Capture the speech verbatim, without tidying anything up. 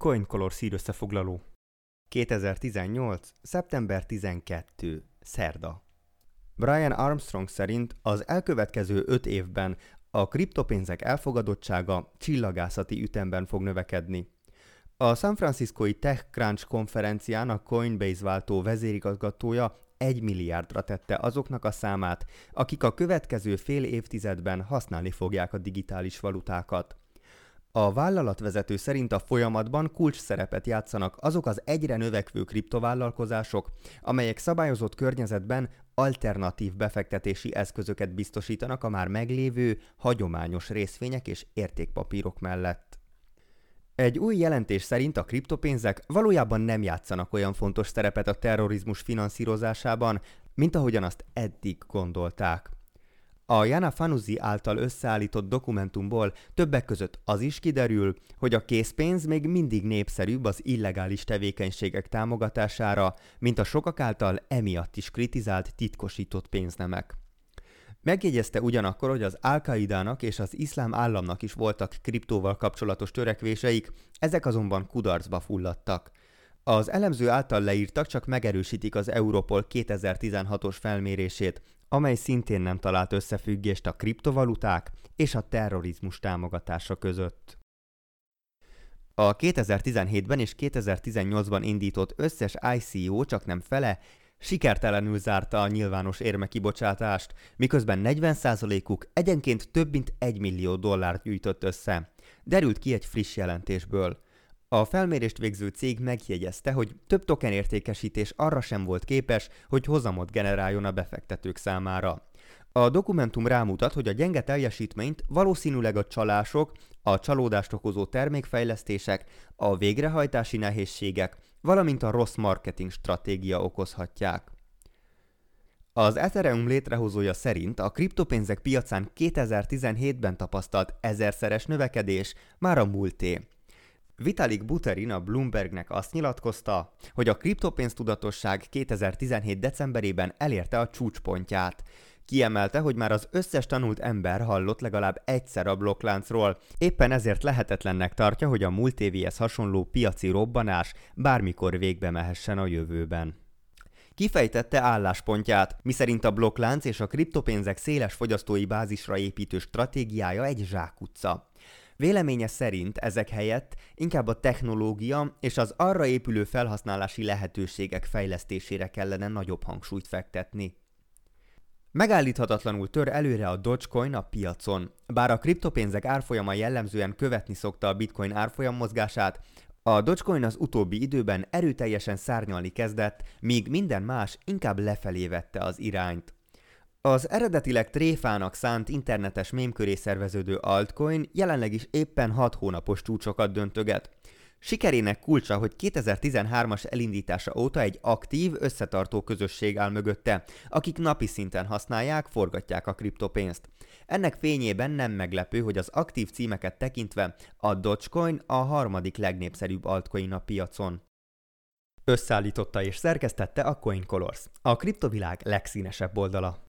CoinColor hírösszefoglaló. kétezer-tizennyolc. szeptember tizenkettő. Szerda. Brian Armstrong szerint az elkövetkező öt évben a kriptopénzek elfogadottsága csillagászati ütemben fog növekedni. A San Franciscói TechCrunch konferencián a Coinbase váltó vezérigazgatója egy milliárdra tette azoknak a számát, akik a következő fél évtizedben használni fogják a digitális valutákat. A vállalatvezető szerint a folyamatban kulcs szerepet játszanak azok az egyre növekvő kriptovállalkozások, amelyek szabályozott környezetben alternatív befektetési eszközöket biztosítanak a már meglévő, hagyományos részvények és értékpapírok mellett. Egy új jelentés szerint a kriptopénzek valójában nem játszanak olyan fontos szerepet a terrorizmus finanszírozásában, mint ahogyan azt eddig gondolták. A Jana Fanuzi által összeállított dokumentumból többek között az is kiderül, hogy a készpénz még mindig népszerűbb az illegális tevékenységek támogatására, mint a sokak által emiatt is kritizált titkosított pénznemek. Megjegyezte ugyanakkor, hogy az Al-Qaidának és az Iszlám Államnak is voltak kriptóval kapcsolatos törekvéseik, ezek azonban kudarcba fulladtak. Az elemző által leírtak csak megerősítik az Europol kétezer-tizenhatos felmérését, amely szintén nem talált összefüggést a kriptovaluták és a terrorizmus támogatása között. A kétezer-tizenhétben és kétezer-tizennyolcban indított összes I C O csaknem fele sikertelenül zárta a nyilvános érmekibocsátást, miközben negyven százalékuk egyenként több mint egy millió dollárt gyűjtött össze. Derült ki egy friss jelentésből. A felmérést végző cég megjegyezte, hogy több token értékesítés arra sem volt képes, hogy hozamot generáljon a befektetők számára. A dokumentum rámutat, hogy a gyenge teljesítményt valószínűleg a csalások, a csalódást okozó termékfejlesztések, a végrehajtási nehézségek, valamint a rossz marketing stratégia okozhatják. Az Ethereum létrehozója szerint a kriptopénzek piacán kétezer-tizenhétben tapasztalt ezerszeres növekedés már a múlté. Vitalik Buterin a Bloombergnek azt nyilatkozta, hogy a kriptopénztudatosság kétezer-tizenhét decemberében elérte a csúcspontját. Kiemelte, hogy már az összes tanult ember hallott legalább egyszer a blokkláncról, éppen ezért lehetetlennek tartja, hogy a múlt évihez hasonló piaci robbanás bármikor végbe mehessen a jövőben. Kifejtette álláspontját, miszerint a blokklánc és a kriptopénzek széles fogyasztói bázisra építő stratégiája egy zsákutca. Véleménye szerint ezek helyett inkább a technológia és az arra épülő felhasználási lehetőségek fejlesztésére kellene nagyobb hangsúlyt fektetni. Megállíthatatlanul tör előre a Dogecoin a piacon. Bár a kriptopénzek árfolyama jellemzően követni szokta a bitcoin árfolyam mozgását, a Dogecoin az utóbbi időben erőteljesen szárnyalni kezdett, míg minden más inkább lefelé vette az irányt. Az eredetileg tréfának szánt internetes mém köré szerveződő altcoin jelenleg is éppen hat hónapos csúcsokat döntöget. Sikerének kulcsa, hogy kétezer-tizenhármas elindítása óta egy aktív, összetartó közösség áll mögötte, akik napi szinten használják, forgatják a kriptopénzt. Ennek fényében nem meglepő, hogy az aktív címeket tekintve a Dogecoin a harmadik legnépszerűbb altcoin a piacon. Összeállította és szerkesztette a CoinColors, a kriptovilág legszínesebb oldala.